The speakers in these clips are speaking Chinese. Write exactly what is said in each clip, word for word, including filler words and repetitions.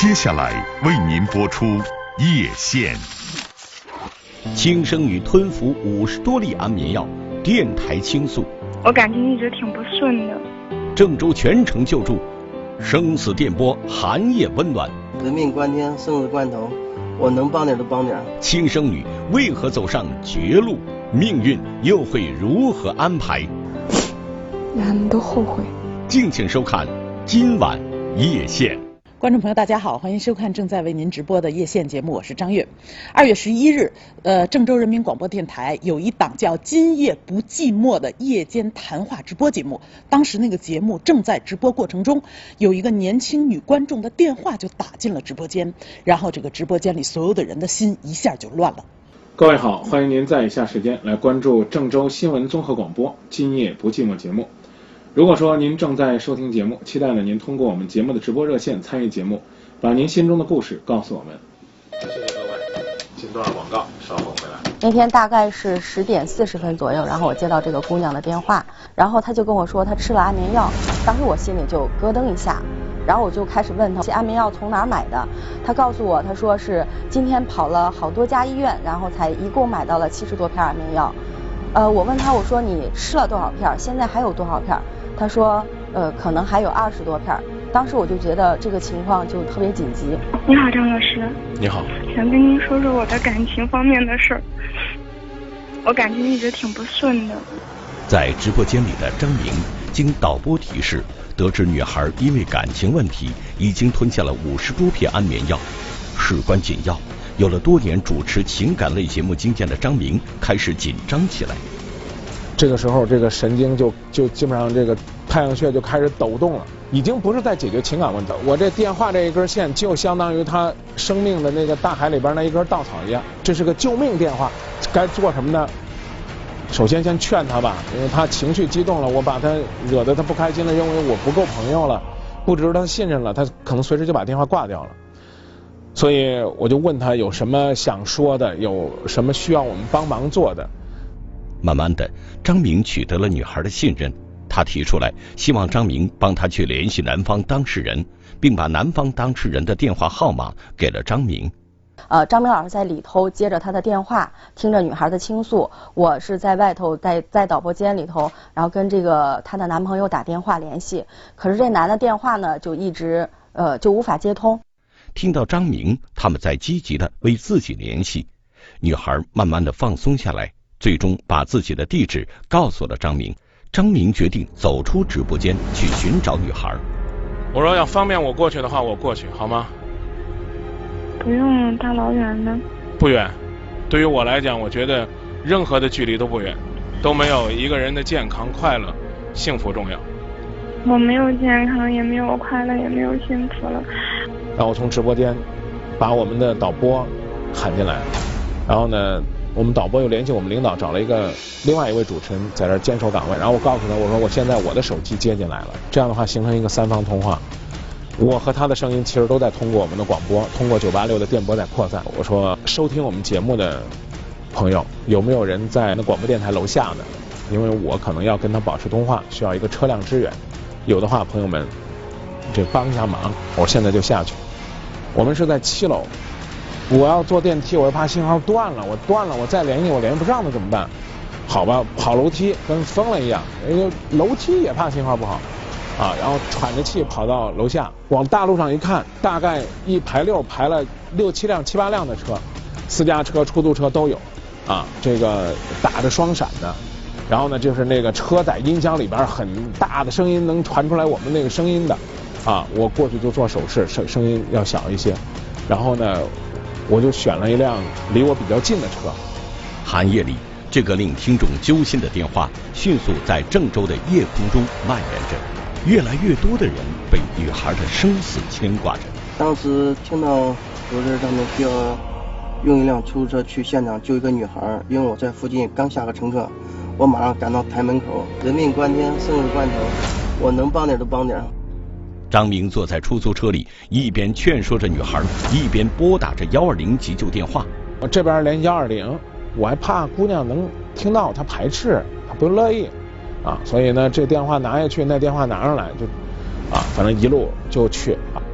接下来为您播出叶县。 轻生女吞服五十多粒安眠药，电台倾诉。 我感情一直挺不顺的。 郑州全城救助，生死电波寒夜温暖。 人命关天，生死关头，我能帮点就帮点。 轻生女为何走上绝路？命运又会如何安排？ 让他们都后悔。 敬请收看今晚叶县。 观众朋友大家好，欢迎收看正在为您直播的叶县节目，我是张悦。二月十一日，呃，郑州人民广播电台有一档叫《今夜不寂寞》的夜间谈话直播节目。当时那个节目正在直播过程中，有一个年轻女观众的电话就打进了直播间，然后这个直播间里所有的人的心一下就乱了。 各位好，欢迎您在以下时间来关注郑州新闻综合广播《今夜不寂寞》节目。如果说您正在收听节目，期待呢您通过我们节目的直播热线参与节目，把您心中的故事告诉我们。谢谢各位，进段广告，稍后回来。 那天大概是十点四十分左右，然后我接到这个姑娘的电话，然后她就跟我说她吃了安眠药，当时我心里就咯噔一下，然后我就开始问她这安眠药从哪儿买的，她告诉我她说是今天跑了好多家医院，然后才一共买到了七十多片安眠药。呃，我问她我说你吃了多少片，现在还有多少片？他说，呃，可能还有二十多片。当时我就觉得这个情况就特别紧急。 你好，张老师。 你好。 想跟您说说我的感情方面的事儿。我感情一直挺不顺的。 在直播间里的张明，经导播提示，得知女孩因为感情问题，已经吞下了五十多片安眠药。事关紧要，有了多年主持情感类节目经验的张明开始紧张起来。 这个时候，这个神经就就基本上这个太阳穴就开始抖动了，已经不是在解决情感问题。我这电话这一根线就相当于他生命的那个大海里边那一根稻草一样，这是个救命电话。该做什么呢？首先先劝他吧，因为他情绪激动了，我把他惹得他不开心了，认为我不够朋友了，不值得他信任了，他可能随时就把电话挂掉了。所以我就问他有什么想说的，有什么需要我们帮忙做的。 慢慢的，张明取得了女孩的信任，他提出来希望张明帮他去联系男方当事人，并把男方当事人的电话号码给了张明。 呃，张明老师在里头接着他的电话，听着女孩的倾诉，我是在外头在在导播间里头，然后跟这个她的男朋友打电话联系，可是这男的电话呢就一直呃就无法接通。 听到张明他们在积极的为自己联系，女孩慢慢的放松下来，最终把自己的地址告诉了张明。张明决定走出直播间去寻找女孩。 我说要方便我过去的话，我过去好吗？ 不用大老远的。 不远，对于我来讲，我觉得任何的距离都不远，都没有一个人的健康、快乐、幸福重要。 我没有健康，也没有快乐，也没有幸福了。 然后我从直播间把我们的导播喊进来，然后呢我们导播又联系我们领导，找了一个另外一位主持人在这坚守岗位，然后我告诉他，我说我现在我的手机接进来了，这样的话形成一个三方通话，我和他的声音其实都在通过我们的广播，通过九八六的电波在扩散。我说收听我们节目的朋友，有没有人在那广播电台楼下的？因为我可能要跟他保持通话，需要一个车辆支援，有的话朋友们这帮一下忙，我现在就下去。我们是在七楼，我要坐电梯，我又怕信号断了，我断了，我再联系我联系不上了怎么办？好吧，跑楼梯跟疯了一样，那个楼梯也怕信号不好啊，然后喘着气跑到楼下，往大路上一看，大概一排六排了六七辆七八辆的车，私家车、出租车都有啊，这个打着双闪的，然后呢就是那个车载音箱里边很大的声音能传出来我们那个声音的啊，我过去就做手势，声声音要小一些，然后呢我就选了一辆离我比较近的车。 寒夜里，这个令听众揪心的电话迅速在郑州的夜空中蔓延着，越来越多的人被女孩的生死牵挂着。 当时听到说是他们需要用一辆出租车去现场救一个女孩，因为我在附近刚下个乘客，我马上赶到台门口，人命关天，生死关头，我能帮点就帮点。 张明坐在出租车里，一边劝说着女孩，一边拨打着幺二零急救电话。 我这边连幺二零，我还怕姑娘能听到，她排斥，她不乐意啊，所以呢，这电话拿下去，那电话拿上来，就啊，反正一路就去啊。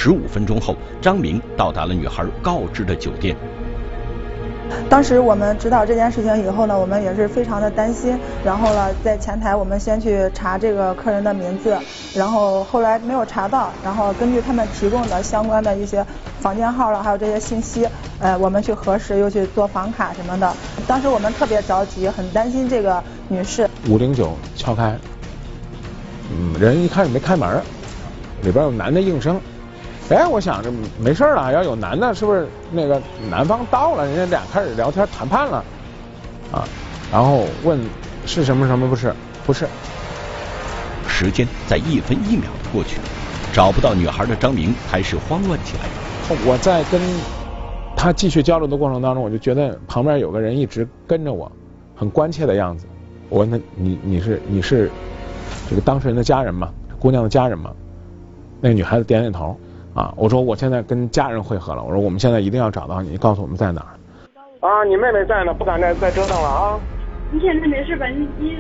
十五分钟后，张明到达了女孩告知的酒店。 当时我们知道这件事情以后呢，我们也是非常的担心，然后呢，在前台我们先去查这个客人的名字，然后后来没有查到，然后根据他们提供的相关的一些房间号了，还有这些信息，呃，我们去核实，又去做房卡什么的。当时我们特别着急，很担心这个女士。 五零九敲开，嗯，人一开始没开门，里边有男的应声。哎，我想着没事了，要有男的，是不是那个男方到了，人家俩开始聊天谈判了啊？然后问是什么什么？不是，不是。 时间在一分一秒的过去，找不到女孩的张明开始慌乱起来。 我在跟他继续交流的过程当中，我就觉得旁边有个人一直跟着我，很关切的样子。我问他：“你你是你是这个当事人的家人吗？姑娘的家人吗？”那个女孩子点点头。啊！我说我现在跟家人会合了。我说我们现在一定要找到你，告诉我们在哪儿。啊，你妹妹在呢，不敢再再折腾了啊！ 你现在没事吧？你你，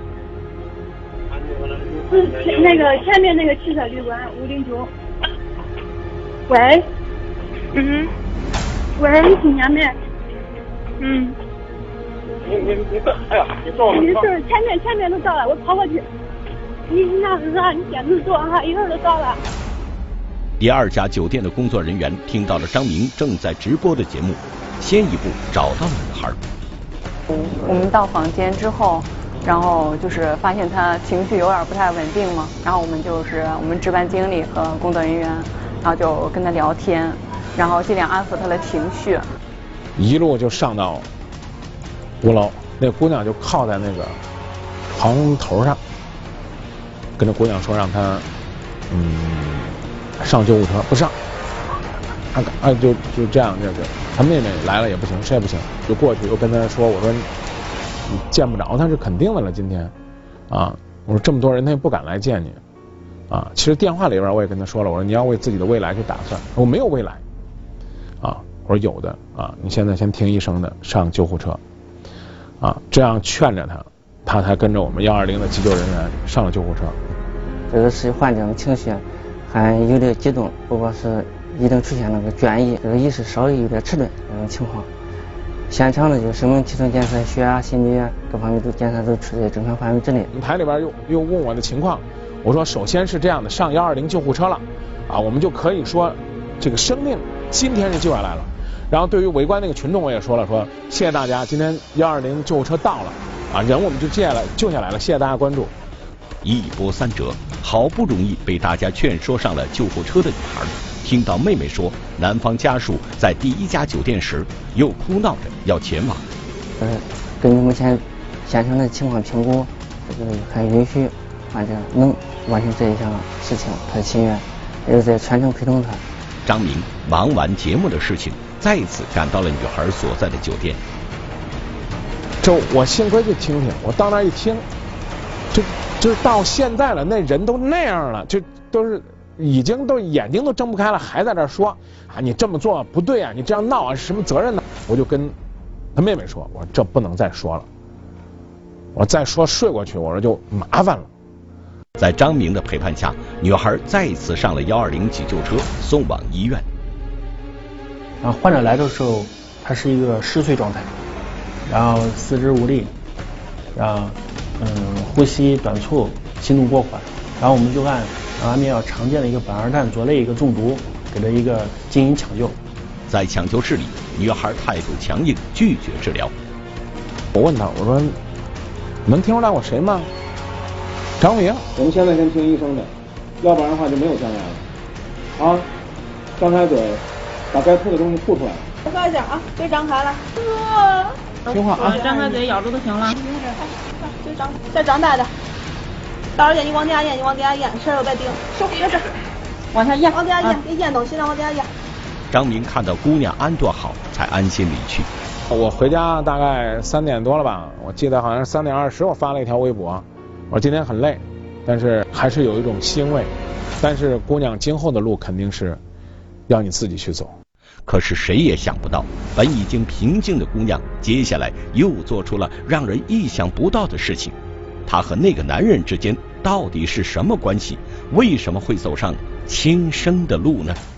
是那个前面那个汽车旅馆五零九。喂，嗯，喂，你听见没？嗯。 你你你这，哎呀，你坐我没事，前面前面都到了，我跑过去。你那是啥？你先去坐哈，一会儿就到了。 第二家酒店的工作人员听到了张明正在直播的节目，先一步找到了女孩。 我们到房间之后，然后就是发现她情绪有点不太稳定嘛，然后我们就是我们值班经理和工作人员，然后就跟她聊天，然后尽量安抚她的情绪。 一路就上到五楼，那姑娘就靠在那个床头上，跟那姑娘说让她嗯。上救护车不上，啊啊就就这样就是，他妹妹来了也不行，谁也不行，就过去又跟他说，我说你见不着他是肯定的了，今天啊，我说这么多人他也不敢来见你啊。其实电话里边我也跟他说了，我说你要为自己的未来去打算，我没有未来啊，我说有的啊，你现在先听医生的，上救护车啊，这样劝着他，他才跟着我们幺二零的急救人员上了救护车。 这个是患者的情绪还有点激动，不过是已经出现了个倦意，这个意识稍微有点迟钝这种情况。现场的就生命体征检测、血压、心率各方面都检测都处在正常范围之内。 台里边又又问我的情况，我说首先是这样的，上幺二零救护车了啊，我们就可以说这个生命今天是救下来了。然后对于围观那个群众我也说了，说谢谢大家，今天幺二零救护车到了啊，人我们就救下来救下来了，谢谢大家关注。 一波三折，好不容易被大家劝说上了救护车的女孩，听到妹妹说男方家属在第一家酒店时，又哭闹着要前往。 呃，根据目前现场的情况评估，这个还允许患者能完成这一项事情，他的心愿，也是在全程陪同他。 张明忙完节目的事情，再次赶到了女孩所在的酒店。 就我幸亏去听听，我到那一听，就就是到现在了，那人都那样了，就都是已经都眼睛都睁不开了，还在这说啊，你这么做不对啊，你这样闹啊，是什么责任呢？我就跟他妹妹说，我说这不能再说了，我再说睡过去，我说就麻烦了。 在张明的陪伴下，女孩再次上了幺二零急救车，送往医院。 然后患者来的时候，他是一个嗜睡状态，然后四肢无力，然后嗯呼吸短促，心动过缓，然后我们就按安眠药常见的一个苯二氮卓类一个中毒，给他一个进行抢救。 在抢救室里，女孩态度强硬，拒绝治疗。 我问他，我说能听出来我谁吗？张明。我们现在先听医生的，要不然的话就没有将来了。啊，张开嘴，把该吐的东西吐出来。 快点啊，嘴张开了。 听话啊， 张开嘴，咬住就行了。嘴张，再张大点。大点，你往底下咽，你往底下咽，舌头再顶，手别是，往下咽，往底下咽，别咽东西，往底下咽。 张明看到姑娘安顿好，才安心离去。 我回家大概三点多了吧，我记得好像是三点二十，我发了一条微博，我说今天很累，但是还是有一种欣慰。但是姑娘今后的路肯定是要你自己去走。 可是谁也想不到，本已经平静的姑娘，接下来又做出了让人意想不到的事情。她和那个男人之间到底是什么关系？为什么会走上轻生的路呢？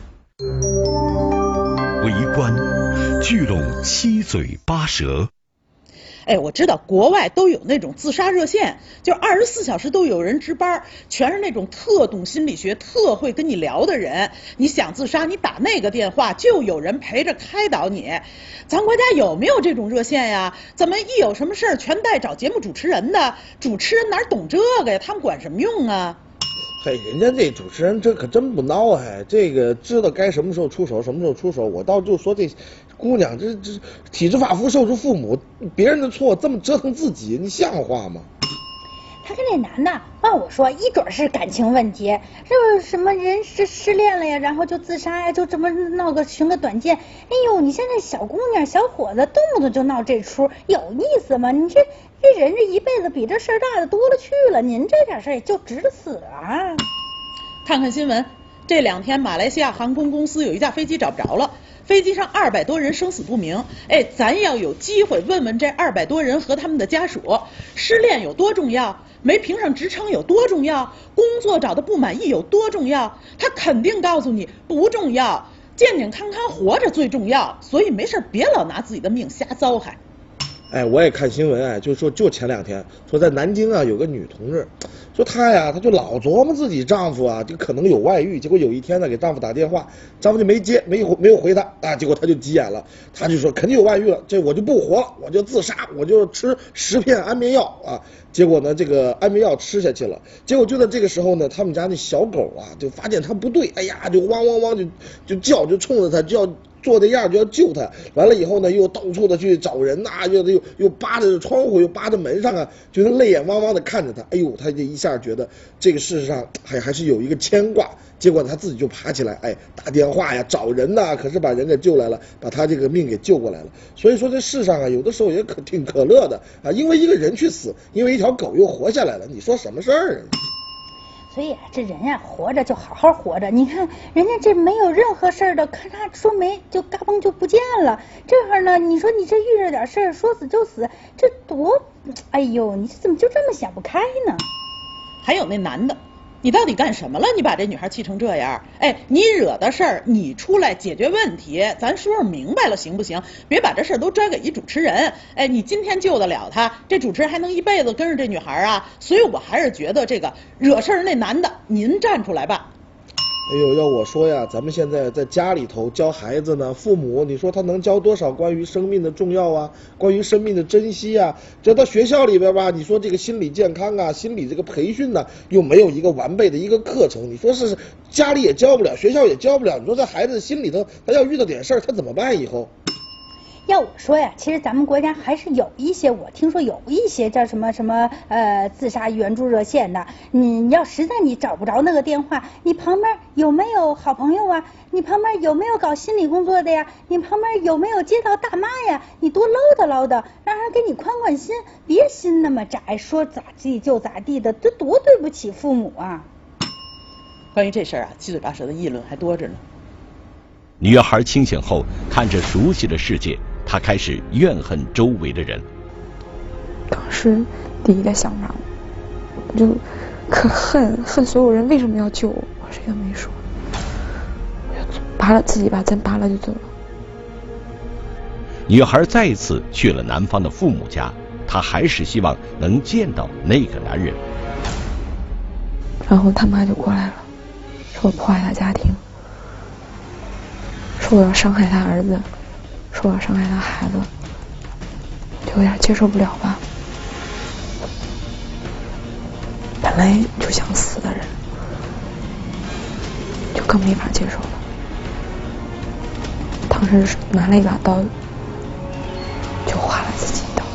围观，聚拢七嘴八舌。 哎，我知道国外都有那种自杀热线，就二十四小时都有人值班，全是那种特懂心理学、特会跟你聊的人。你想自杀，你打那个电话，就有人陪着开导你。咱国家有没有这种热线呀？怎么一有什么事儿全带找节目主持人的？主持人哪懂这个呀？他们管什么用啊？ 嘿，人家这主持人这可真不孬哎，这个知道该什么时候出手，什么时候出手。我倒就说这姑娘这这体之发肤受之父母，别人的错这么折腾自己，你像话吗？ 他跟那男的按我说，一准是感情问题，是什么人失失恋了呀，然后就自杀呀，就这么闹个寻个短见。哎呦，你现在小姑娘小伙子动不动就闹这出，有意思吗？你这这人这一辈子比这事儿大的多了去了，您这点事儿就值得死啊！ 看看新闻，这两天马来西亚航空公司有一架飞机找不着了，飞机上二百多人生死不明。哎，咱要有机会问问这二百多人和他们的家属，失恋有多重要？没评上职称有多重要？工作找的不满意有多重要？他肯定告诉你不重要，健健康康活着最重要。所以没事别老拿自己的命瞎糟害。 哎，我也看新闻哎，就说就前两天说在南京啊有个女同志，说她呀，她就老琢磨自己丈夫啊，就可能有外遇，结果有一天呢给丈夫打电话，丈夫就没接，没没有回她啊，结果她就急眼了，她就说肯定有外遇了，这我就不活了，我就自杀，我就吃十片安眠药啊。结果呢这个安眠药吃下去了，结果就在这个时候呢，他们家那小狗啊就发现他不对，哎呀就汪汪汪就就叫，就冲着他就要做的样就要救他，完了以后呢又到处的去找人呐、啊，又又又扒着窗户又扒着门上啊，就泪眼汪汪的看着他，哎呦他这一下觉得这个世上还还是有一个牵挂，结果他自己就爬起来，哎打电话呀找人呐、啊，可是把人给救来了，把他这个命给救过来了。所以说这世上啊有的时候也可挺可乐的啊，因为一个人去死，因为一条狗又活下来了，你说什么事儿啊？ 所以这人呀、啊、活着就好好活着，你看人家这没有任何事儿的，咔嚓说没就嘎嘣就不见了。这会儿呢，你说你这遇着点事儿说死就死，这多哎呦，你怎么就这么想不开呢？ 还有那男的，你到底干什么了？你把这女孩气成这样？哎，你惹的事儿，你出来解决问题，咱说说明白了行不行？别把这事儿都拽给一主持人。哎，你今天救得了他，这主持人还能一辈子跟着这女孩啊？所以我还是觉得这个惹事儿那男的，您站出来吧。 哎呦，要我说呀，咱们现在在家里头教孩子呢，父母你说他能教多少关于生命的重要啊，关于生命的珍惜啊？这到学校里边吧，你说这个心理健康啊，心理这个培训呢、啊，又没有一个完备的一个课程，你说是家里也教不了，学校也教不了，你说这孩子心里头他要遇到点事儿，他怎么办以后？ 要我说呀，其实咱们国家还是有一些，我听说有一些叫什么什么呃自杀援助热线的。你要实在你找不着那个电话，你旁边有没有好朋友啊？你旁边有没有搞心理工作的呀？你旁边有没有街道大妈呀？你多唠叨唠叨，让人给你宽宽心，别心那么窄，说咋地就咋地的，这多对不起父母啊！ 关于这事儿啊，七嘴八舌的议论还多着呢。 女孩清醒后，看着熟悉的世界，她开始怨恨周围的人。 当时第一个想法，我就可恨恨所有人为什么要救我，我谁也没说，我就拔了自己把针拔了就走了。 女孩再次去了男方的父母家，她还是希望能见到那个男人。 然后他妈就过来了，说我破坏他家庭，说我要伤害他儿子，说我要伤害他孩子，就有点接受不了吧。本来就想死的人，就更没法接受了。当时拿了一把刀，就划了自己一刀。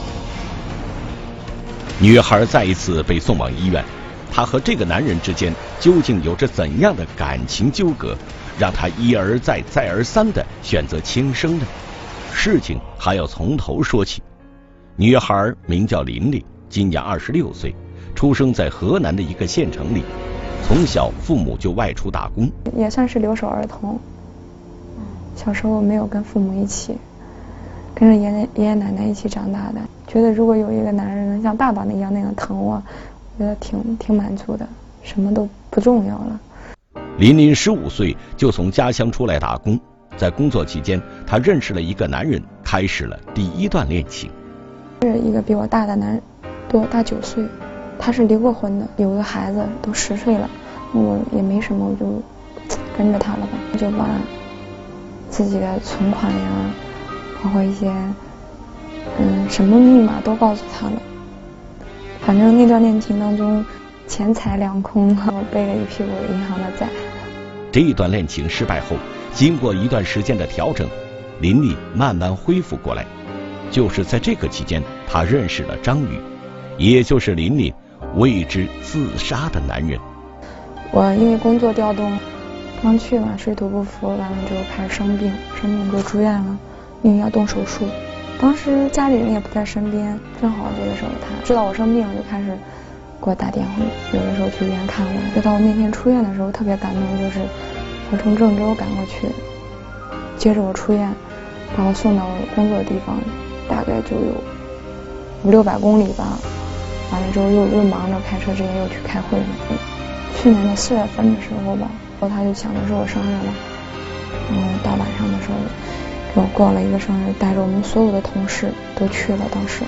女孩再一次被送往医院，她和这个男人之间究竟有着怎样的感情纠葛，让她一而再再而三的选择轻生呢？事情还要从头说起。女孩名叫琳琳，今年二十六岁，出生在河南的一个县城里，从小父母就外出打工， 也算是留守儿童。小时候没有跟父母一起，跟着爷爷爷爷奶奶一起长大的，觉得如果有一个男人能像爸爸那样那样疼我，我觉得挺挺满足的，什么都不重要了。 琳琳十五岁就从家乡出来打工， 在工作期间，她认识了一个男人，开始了第一段恋情。 是一个比我大的男人，比我大九岁，他是离过婚的，有个孩子，都十岁了。我也没什么，我就跟着他了吧，就把自己的存款呀，包括一些嗯什么密码都告诉他了。反正那段恋情当中，钱财两空，我背了一屁股银行的债。 这一段恋情失败后，经过一段时间的调整，林丽慢慢恢复过来。就是在这个期间，她认识了张宇，也就是林丽为之自杀的男人。 我因为工作调动，刚去嘛，水土不服，完了之后开始生病，生病就住院了，因为要动手术。当时家里人也不在身边，正好这个时候他知道我生病了，就开始给我打电话，有的时候去医院看我。直到我那天出院的时候特别感动，就是我从郑州赶过去，接着我出院，把我送到工作的地方，大概就有五六百公里吧。完了之后又又忙着开车，直接又去开会了。去年的四月份的时候吧，然后他就想着是我生日了，然后到晚上的时候给我过了一个生日，带着我们所有的同事都去了。当时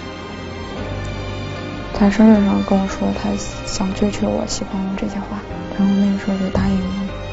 在生日上跟我说他想追求我，喜欢我这些话，然后那个时候就答应了。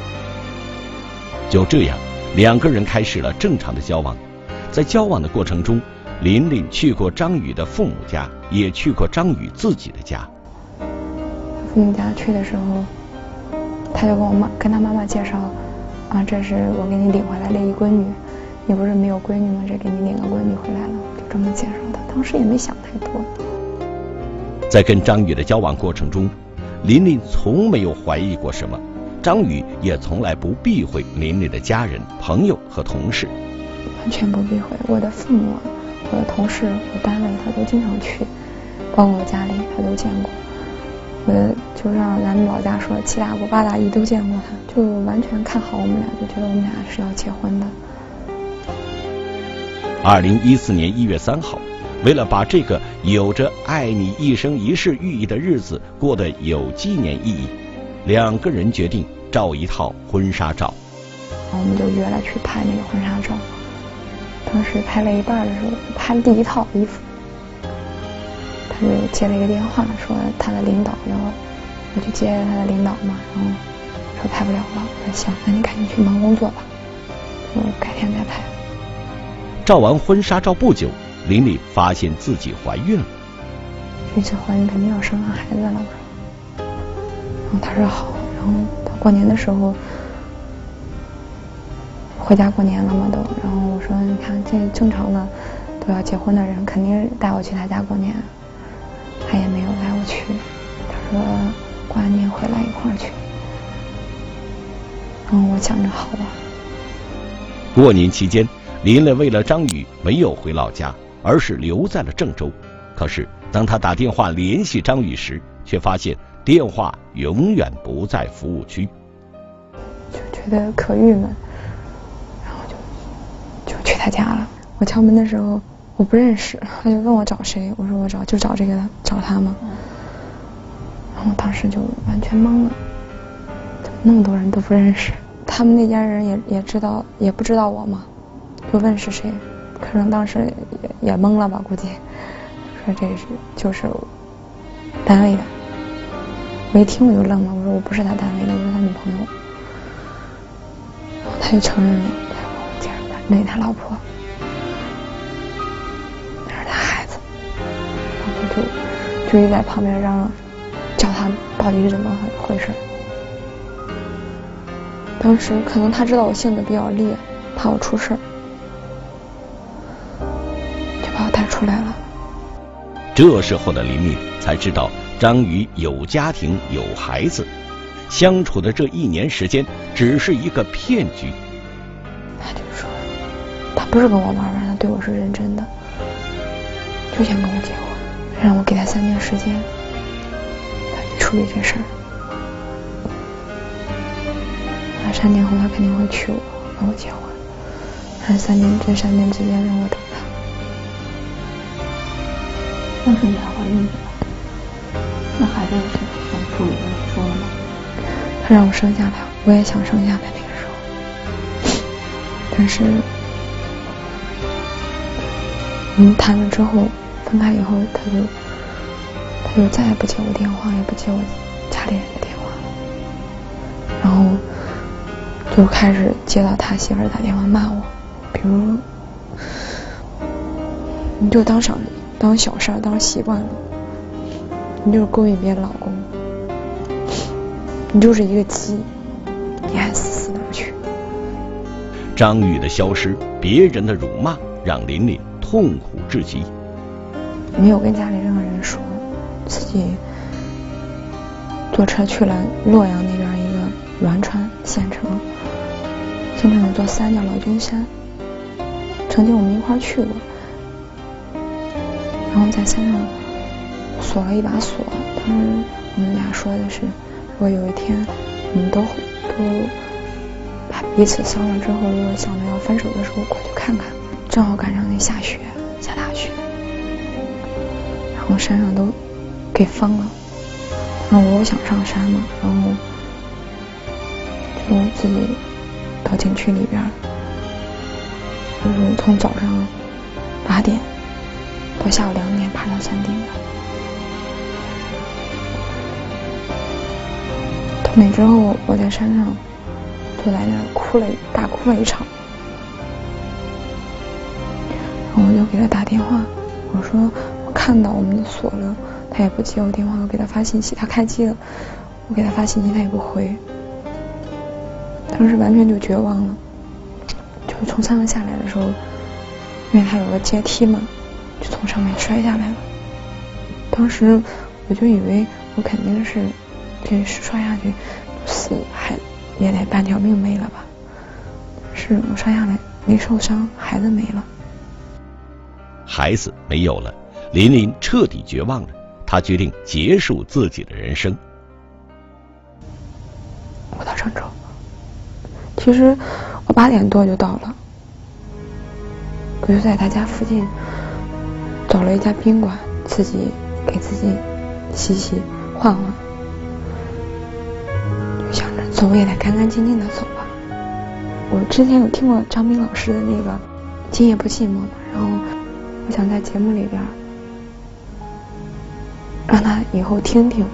就这样，两个人开始了正常的交往。在交往的过程中，琳琳去过张宇的父母家，也去过张宇自己的家。 父母家去的时候，他就跟我妈跟他妈妈介绍啊，这是我给你领回来的一闺女，你不是没有闺女吗？这给你领个闺女回来了，就这么介绍的。当时也没想太多。 在跟张宇的交往过程中，琳琳从没有怀疑过什么，张宇也从来不避讳琳琳的家人、朋友和同事， 完全不避讳。我的父母、我的同事、我单位他都经常去，包括我家里他都见过。我的就让咱们老家说七大姑八大姨都见过他，就完全看好我们俩，就觉得我们俩是要结婚的。 二零一四年一月三号，为了把这个有着爱你一生一世寓意的日子过得有纪念意义，两个人决定照一套婚纱照。 我们就约了去拍那个婚纱照。当时拍了一半的时候，拍了第一套衣服，他就接了一个电话，说他的领导，然后我就接他的领导嘛，然后说拍不了了。我说行，那你赶紧去忙工作吧，我改天再拍。 照完婚纱照不久，琳琳发现自己怀孕了。 这次怀孕肯定要生下孩子了，我说。然后他说好，然后到过年的时候回家过年了嘛都，然后我说你看这正常的都要结婚的人肯定带我去他家过年，他也没有带我去，他说过完年回来一块儿去。然后我想着好吧。 过年期间，琳琳为了张宇没有回老家，而是留在了郑州。可是当他打电话联系张宇时，却发现电话永远不在服务区， 就觉得可郁闷，然后就就去他家了。我敲门的时候我不认识，他就问我找谁，我说我找就找这个找他嘛。然后我当时就完全懵了，怎么那么多人都不认识？他们那家人也也知道，也不知道我嘛，就问是谁，可能当时也也懵了吧，估计说这是就是单位的。我一听我就愣了，我说我不是他单位的，我是他女朋友。然后他就承认了，他说那是他老婆，那是他孩子。然后就就一在旁边嚷嚷，叫他到底是怎么回事。当时可能他知道我性子比较烈，怕我出事，就把我带出来了。 这时候的琳琳才知道张宇有家庭有孩子，相处的这一年时间只是一个骗局。 他就说他不是跟我玩玩，他对我是认真的，就想跟我结婚，让我给他三年时间他处理这事儿。三年后他肯定会娶我，跟我结婚。但是三年这三年之间让我等他。 那是你还怀孕了？那孩子是怎么处理的？你说了吗？ 他让我生下来，我也想生下来。那个时候， 但是我们谈了之后，分开以后，他就他就再也不接我电话，也不接我家里人的电话，然后就开始接到他媳妇儿打电话骂我，比如你就当小当小事儿当习惯了，你就是勾引别人老公，你就是一个鸡，你还死死哪儿去？ 张宇的消失，别人的辱骂，让琳琳痛苦至极。 没有跟家里任何人说，自己坐车去了洛阳那边一个栾川县城，经常有座山叫老君山，曾经我们一块儿去过，然后在山上锁了一把锁，当时我们俩说的是，如果有一天我们都都把彼此伤了之后，如果想着要分手的时候过去看看，正好赶上那下雪下大雪，然后山上都给封了，然后我又想上山嘛，然后就自己到景区里边，就是从早上八点到下午两点爬到山顶的。到那之后，我在山上就在那儿哭了，大哭了一场。然后我就给他打电话，我说我看到我们的锁了，他也不接我电话，我给他发信息，他开机了，我给他发信息他也不回。当时完全就绝望了，就是从山上下来的时候，因为他有个阶梯嘛，就从上面摔下来了。当时我就以为我肯定是这摔下去死，还也得半条命没了吧。是我摔下来没受伤，孩子没了。 孩子没有了，琳琳彻底绝望了，她决定结束自己的人生。 我到郑州，其实我八点多就到了，我就在他家附近找了一家宾馆，自己给自己洗洗换换，就想着走也得干干净净的走吧。我之前有听过张斌老师的那个《今夜不寂寞》嘛，然后我想在节目里边让他以后听听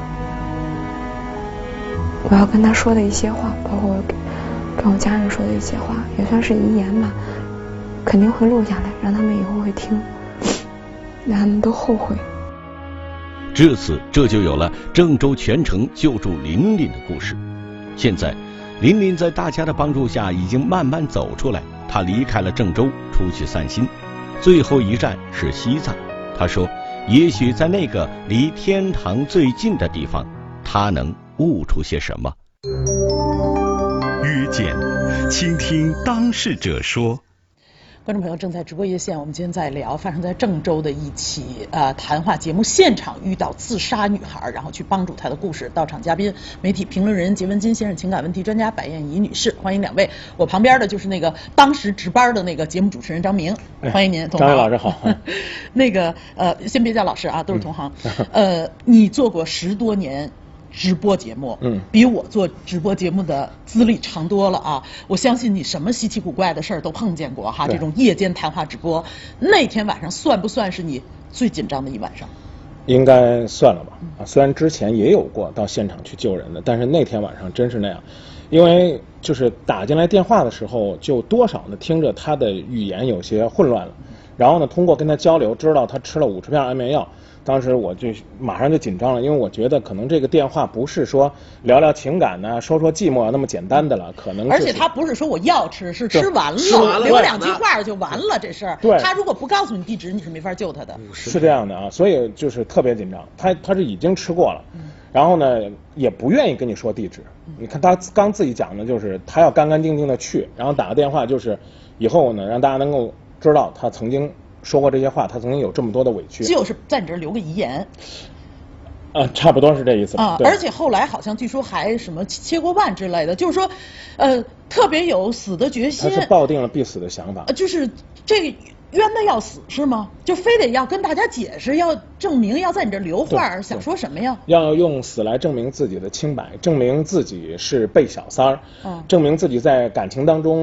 我要跟他说的一些话，包括跟我家人说的一些话，也算是遗言吧，肯定会录下来，让他们以后会听，让他们都后悔。 至此，这就有了郑州全程救助琳琳的故事。现在琳琳在大家的帮助下已经慢慢走出来，她离开了郑州出去散心，最后一站是西藏。她说也许在那个离天堂最近的地方，她能悟出些什么。 遇见，倾听当事者说。 观众朋友正在直播热线，我们今天在聊发生在郑州的一起呃谈话节目现场遇到自杀女孩，然后去帮助她的故事。到场嘉宾媒体评论人杰文金先生，情感问题专家白燕怡女士，欢迎两位。我旁边的就是那个当时值班的那个节目主持人张明，欢迎您。 张明老师好。 那个呃先别叫老师啊，都是同行。嗯、呃你做过十多年直播节目，嗯，比我做直播节目的资历长多了啊！我相信你什么稀奇古怪的事儿都碰见过哈。这种夜间谈话直播，那天晚上算不算是你最紧张的一晚上？ 应该算了吧。啊，虽然之前也有过到现场去救人的，但是那天晚上真是那样，因为就是打进来电话的时候，就多少呢听着他的语言有些混乱了，然后呢通过跟他交流，知道他吃了五十片安眠药。当时我就马上就紧张了，因为我觉得可能这个电话不是说聊聊情感呢、啊、说说寂寞那么简单的了，可能、就是、 而且他不是说我要吃，是吃完了留两句话就完了这事儿。 对， 他如果不告诉你地址，你是没法救他的。 是这样的啊，所以就是特别紧张。他他是已经吃过了，嗯、然后呢也不愿意跟你说地址。嗯、你看他刚自己讲的就是他要干干净净的去，然后打个电话就是以后呢让大家能够知道他曾经说过这些话，他曾经有这么多的委屈， 就是在你这儿留个遗言。 啊，差不多是这意思啊。而且后来好像据说还什么切过腕之类的，就是说，呃，特别有死的决心。 他是抱定了必死的想法。 呃、就是这个冤的要死是吗？就非得要跟大家解释，要证明，要在你这留话，想说什么呀？ 要用死来证明自己的清白，证明自己是被小三儿，嗯，证明自己在感情当中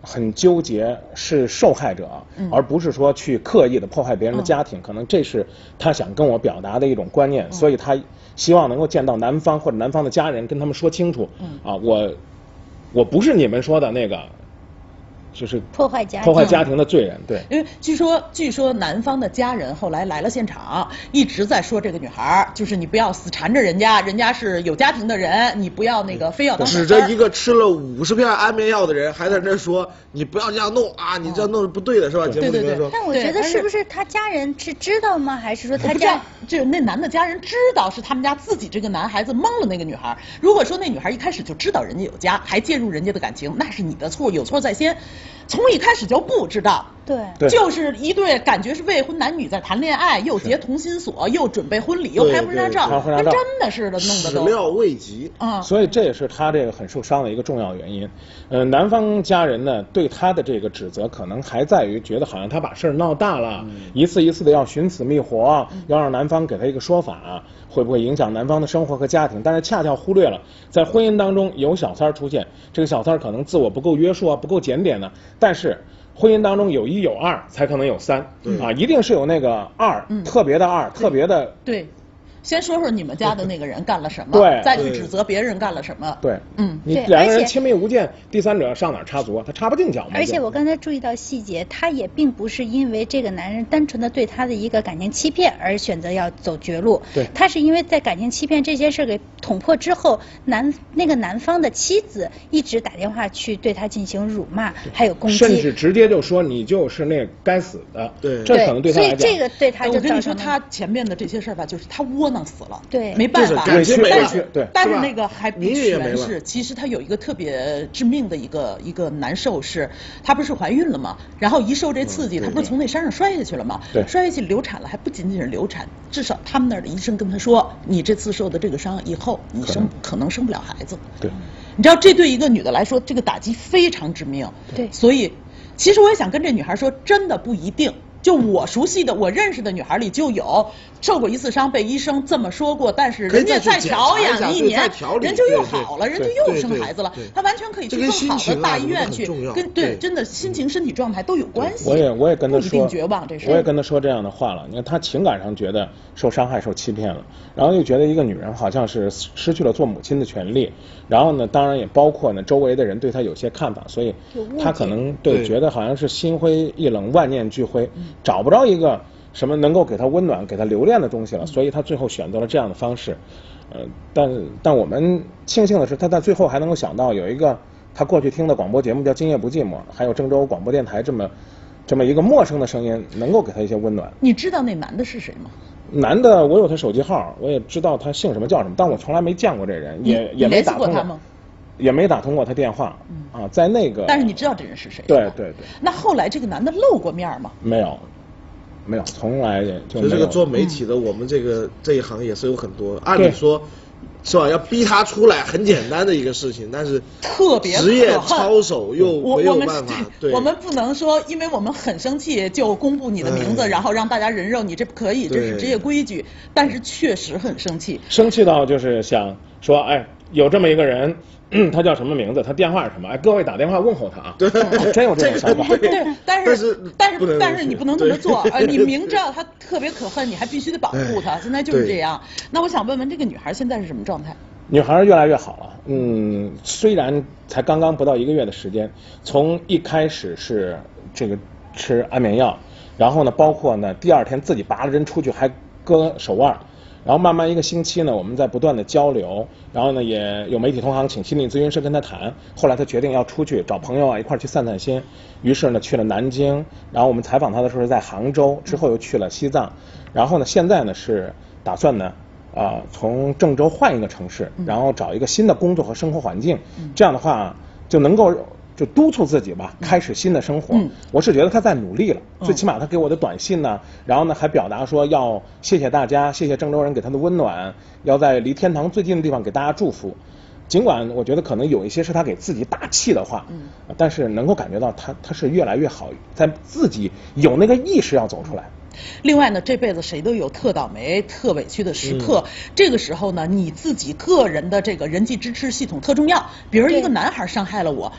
很纠结是受害者， 嗯、 而不是说去刻意的破坏别人的家庭，嗯、可能这是他想跟我表达的一种观念，嗯、所以他希望能够见到男方或者男方的家人，跟他们说清楚， 嗯、 啊，我我不是你们说的那个。就是破坏家庭破坏家庭的罪人，对。 因为据说据说男方的家人后来来了现场，一直在说这个女孩，就是你不要死缠着人家，人家是有家庭的人，你不要那个非要当。 指着一个吃了五十片安眠药的人，还在那说你不要这样弄啊，你这样弄是不对的，是吧？节目里面说。 但我觉得是不是他家人是知道吗？还是说他家就那男的家人知道是他们家自己这个男孩子蒙了那个女孩？如果说那女孩一开始就知道人家有家，还介入人家的感情，那是你的错，有错在先。从一开始就不知道， 对， 就是一对感觉是未婚男女在谈恋爱，又结同心锁，又准备婚礼，又拍婚纱照，那真的是的，弄得都始料未及啊、嗯！ 所以这也是他这个很受伤的一个重要原因。呃，男方家人呢对他的这个指责，可能还在于觉得好像他把事儿闹大了，嗯、一次一次的要寻死觅活，嗯、要让男方给他一个说法，会不会影响男方的生活和家庭？但是恰恰忽略了，在婚姻当中有小三出现，这个小三可能自我不够约束啊，不够检点呢。但是婚姻当中有一有二，才可能有三啊，一定是有那个二， 嗯、 特别的二，特别的对。先说说你们家的那个人干了什么， 对， 再去指责别人干了什么。 对， 嗯， 你两个人亲密无间，第三者上哪儿插足啊？他插不进脚嘛。 而且我刚才注意到细节，他也并不是因为这个男人单纯的对他的一个感情欺骗而选择要走绝路， 对， 他是因为在感情欺骗这件事给捅破之后，男那个男方的妻子一直打电话去对他进行辱骂，还有攻击， 甚至直接就说你就是那该死的。 对， 这可能对他来讲， 所以这个对他就我跟你说，他前面的这些事儿吧，就是他窝囊死了。 对。 没办法， 但是但是对， 但是那个还比全是，其实他有一个特别致命的一个一个难受是，她不是怀孕了吗？然后一受这刺激，她、嗯、不是从那山上摔下去了吗？ 对， 摔下去流产了，还不仅仅是流产，至少他们那儿的医生跟她说，你这次受的这个伤，以后你生可能生不了孩子。 对， 你知道这对一个女的来说，这个打击非常致命。 对， 所以其实我也想跟这女孩说，真的不一定。就我熟悉的、我认识的女孩里就有受过一次伤，被医生这么说过，但是人家再调养一年，人就又好了，人就又生孩子了。她完全可以去更好的大医院去，跟对真的心情、身体状态都有关系。 我也我也跟她说， 不一定绝望这事。 我也跟她说这样的话了。你看她情感上觉得受伤害、受欺骗了，然后又觉得一个女人好像是失去了做母亲的权利，然后呢，当然也包括呢周围的人对她有些看法，所以她可能对觉得好像是心灰意冷、万念俱灰。找不着一个什么能够给他温暖、给他留恋的东西了，所以他最后选择了这样的方式。呃，但但我们庆幸的是，他在最后还能够想到有一个他过去听的广播节目叫《今夜不寂寞》，还有郑州广播电台这么这么一个陌生的声音，能够给他一些温暖。 你知道那男的是谁吗？ 男的，我有他手机号，我也知道他姓什么叫什么，但我从来没见过这人，也也没打通过他吗？ 也没打通过他电话。嗯、啊，在那个。 但是你知道这人是谁？ 对对对。 那后来这个男的露过面吗？ 没有。没有，从来也就没有。 所以这个做媒体的，我们这个、嗯、这一行也是有很多。按理说，是吧？要逼他出来很简单的一个事情，但是特别职业操守又没有办法。对， 我们不能说，因为我们很生气就公布你的名字，哎、然后让大家人肉你，这不可以，这是职业规矩。但是确实很生气， 生气到就是想说，哎，有这么一个人。嗯，他叫什么名字？他电话是什么？哎，各位打电话问候他啊！ 对， 哦、真有这种想法。 对，但是但是但是你不能这么做，呃，你明知道他特别可恨，你还必须得保护他。现在就是这样。那我想问问这个女孩现在是什么状态？ 女孩越来越好了。嗯，虽然才刚刚不到一个月的时间，从一开始是这个吃安眠药，然后呢，包括呢第二天自己拔了针出去还割手腕。然后慢慢一个星期呢，我们在不断的交流，然后呢也有媒体同行请心理咨询师跟他谈，后来他决定要出去找朋友啊一块去散散心，于是呢去了南京，然后我们采访他的时候是在杭州，之后又去了西藏，然后呢现在呢是打算呢啊、呃、从郑州换一个城市，然后找一个新的工作和生活环境，这样的话就能够就督促自己吧，开始新的生活。嗯、我是觉得他在努力了，嗯、最起码他给我的短信呢，然后呢还表达说要谢谢大家，谢谢郑州人给他的温暖，要在离天堂最近的地方给大家祝福。尽管我觉得可能有一些是他给自己打气的话，嗯、但是能够感觉到他他是越来越好，在自己有那个意识要走出来。 另外呢，这辈子谁都有特倒霉、特委屈的时刻。嗯、这个时候呢，你自己个人的这个人际支持系统特重要。比如一个男孩伤害了我。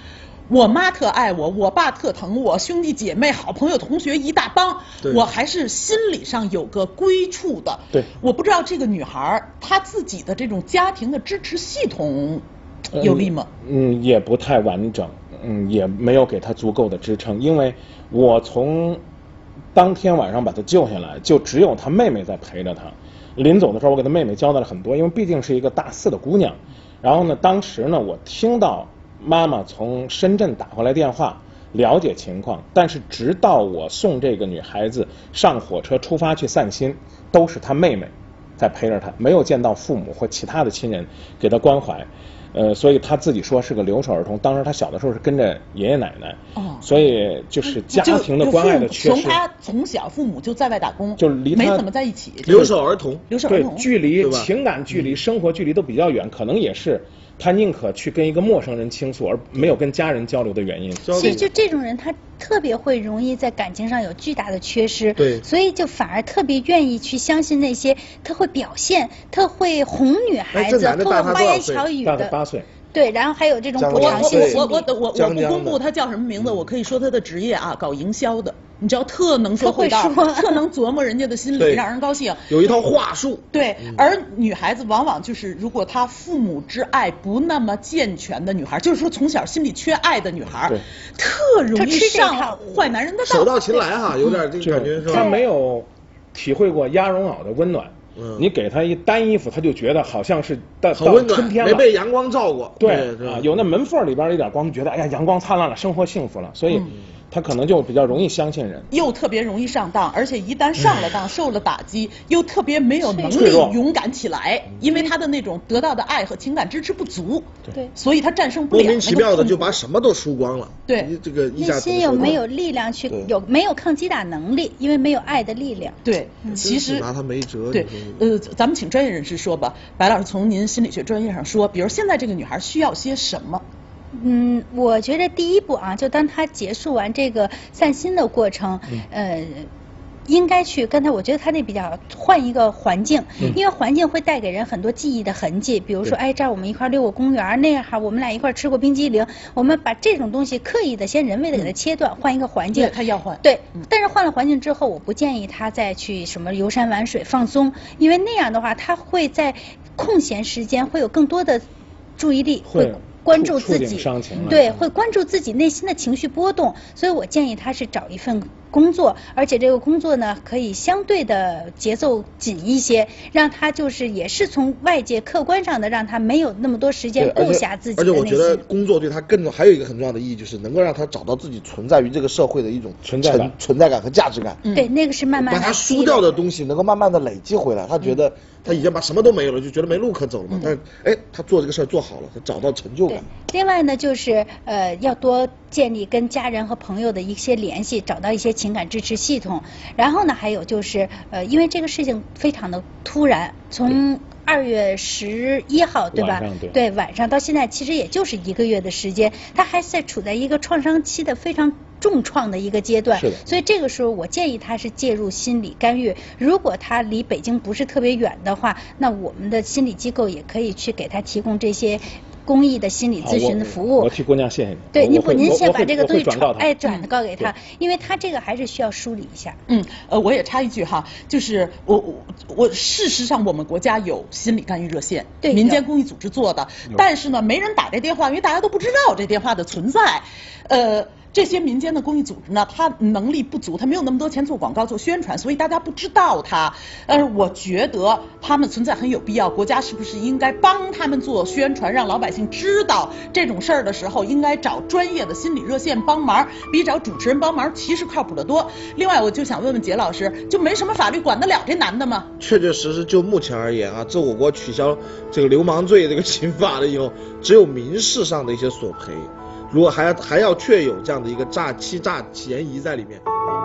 我妈特爱我，我爸特疼我，兄弟姐妹、好朋友、同学一大帮，我还是心理上有个归处的。 对， 我不知道这个女孩她自己的这种家庭的支持系统有力吗？ 嗯，嗯也不太完整，嗯，也没有给她足够的支撑，因为我从当天晚上把她救下来，就只有她妹妹在陪着她。临走的时候，我给她妹妹交代了很多，因为毕竟是一个大四的姑娘。然后呢，当时呢，我听到妈妈从深圳打过来电话，了解情况，但是直到我送这个女孩子上火车出发去散心，都是她妹妹在陪着她，没有见到父母或其他的亲人给她关怀。呃，所以他自己说是个留守儿童，当时他小的时候是跟着爷爷奶奶，哦，所以就是家庭的关爱的缺失。 从他从小父母就在外打工， 就离他没怎么在一起， 留守儿童， 留守儿童， 对，距离情感距离、生活距离都比较远，可能也是他宁可去跟一个陌生人倾诉，而没有跟家人交流的原因。 所以就这种人，他特别会容易在感情上有巨大的缺失， 对， 所以就反而特别愿意去相信那些特会表现、特会哄女孩子、特会花言巧语的。 大他八岁。 对，然后还有这种补偿性心理。 我我我我我不公布他叫什么名字，我可以说他的职业啊，搞营销的。你知道特能说会道，特能琢磨人家的心理，让人高兴， 有一套话术。 对，而女孩子往往就是，如果她父母之爱不那么健全的女孩，就是说从小心里缺爱的女孩，特容易上坏男人的当。 手到擒来哈，有点这个感觉是吧？ 她没有体会过鸭绒袄的温暖。嗯，你给他一单衣服，他就觉得好像是到到春天了， 没被阳光照过。 对啊，有那门缝里边一点光，就觉得哎呀阳光灿烂了，生活幸福了，所以。嗯他可能就比较容易相信人， 又特别容易上当，而且一旦上了当，受了打击，又特别没有能力勇敢起来，因为他的那种得到的爱和情感支持不足， 对， 所以他战胜不了。 莫名其妙的就把什么都输光了， 对， 这个内心有没有力量去有没有抗击打能力，因为没有爱的力量。 对，其实拿他没辙。 对，呃，咱们请专业人士说吧，白老师从您心理学专业上说，比如现在这个女孩需要些什么？ 嗯，我觉得第一步啊，就当他结束完这个散心的过程，嗯、呃，应该去跟他，我觉得他那比较换一个环境，嗯、因为环境会带给人很多记忆的痕迹，比如说，哎，这儿我们一块溜过公园，那样哈，我们俩一块吃过冰激凌，我们把这种东西刻意的先人为的给它切断，换一个环境。 对，他要换。 对，嗯、但是换了环境之后，我不建议他再去什么游山玩水放松，因为那样的话，他会在空闲时间会有更多的注意力会。关注自己，对，会关注自己内心的情绪波动，所以我建议他是找一份工作，而且这个工作呢可以相对的节奏紧一些，让他就是也是从外界客观上的让他没有那么多时间顾暇自己的内心。 而且我觉得工作对他更重，还有一个很重要的意义，就是能够让他找到自己存在于这个社会的一种存在感、 存在感和价值感。 嗯、对，那个是慢慢把他输掉的东西能够慢慢的累积回来，他觉得他已经把什么都没有了，就觉得没路可走了嘛。嗯、但是哎，他做这个事儿做好了，他找到成就感。 另外呢，就是呃要多建立跟家人和朋友的一些联系，找到一些情感支持系统。然后呢，还有就是呃，因为这个事情非常的突然，从二月十一号对吧？ 对, 对，晚上到现在其实也就是一个月的时间，他还在处在一个创伤期的非常重创的一个阶段，所以这个时候我建议他是介入心理干预。如果他离北京不是特别远的话，那我们的心理机构也可以去给他提供这些公益的心理咨询的服务。 我, 我替姑娘谢谢你。 对，您不您先把这个东西转哎转告给他，因为他这个还是需要梳理一下。 嗯，呃，我也插一句哈，就是我我我事实上我们国家有心理干预热线， 对， 民间公益组织做的，但是呢，没人打这电话，因为大家都不知道这电话的存在，呃。这些民间的公益组织呢，它能力不足，它没有那么多钱做广告、做宣传，所以大家不知道它。呃，我觉得他们存在很有必要，国家是不是应该帮他们做宣传，让老百姓知道这种事儿的时候，应该找专业的心理热线帮忙，比找主持人帮忙其实靠谱得多。另外，我就想问问杰老师，就没什么法律管得了这男的吗？ 确确实实，就目前而言啊，自我国取消这个流氓罪这个刑法了以后，只有民事上的一些索赔。如果还还要确有这样的一个诈欺诈嫌疑在里面。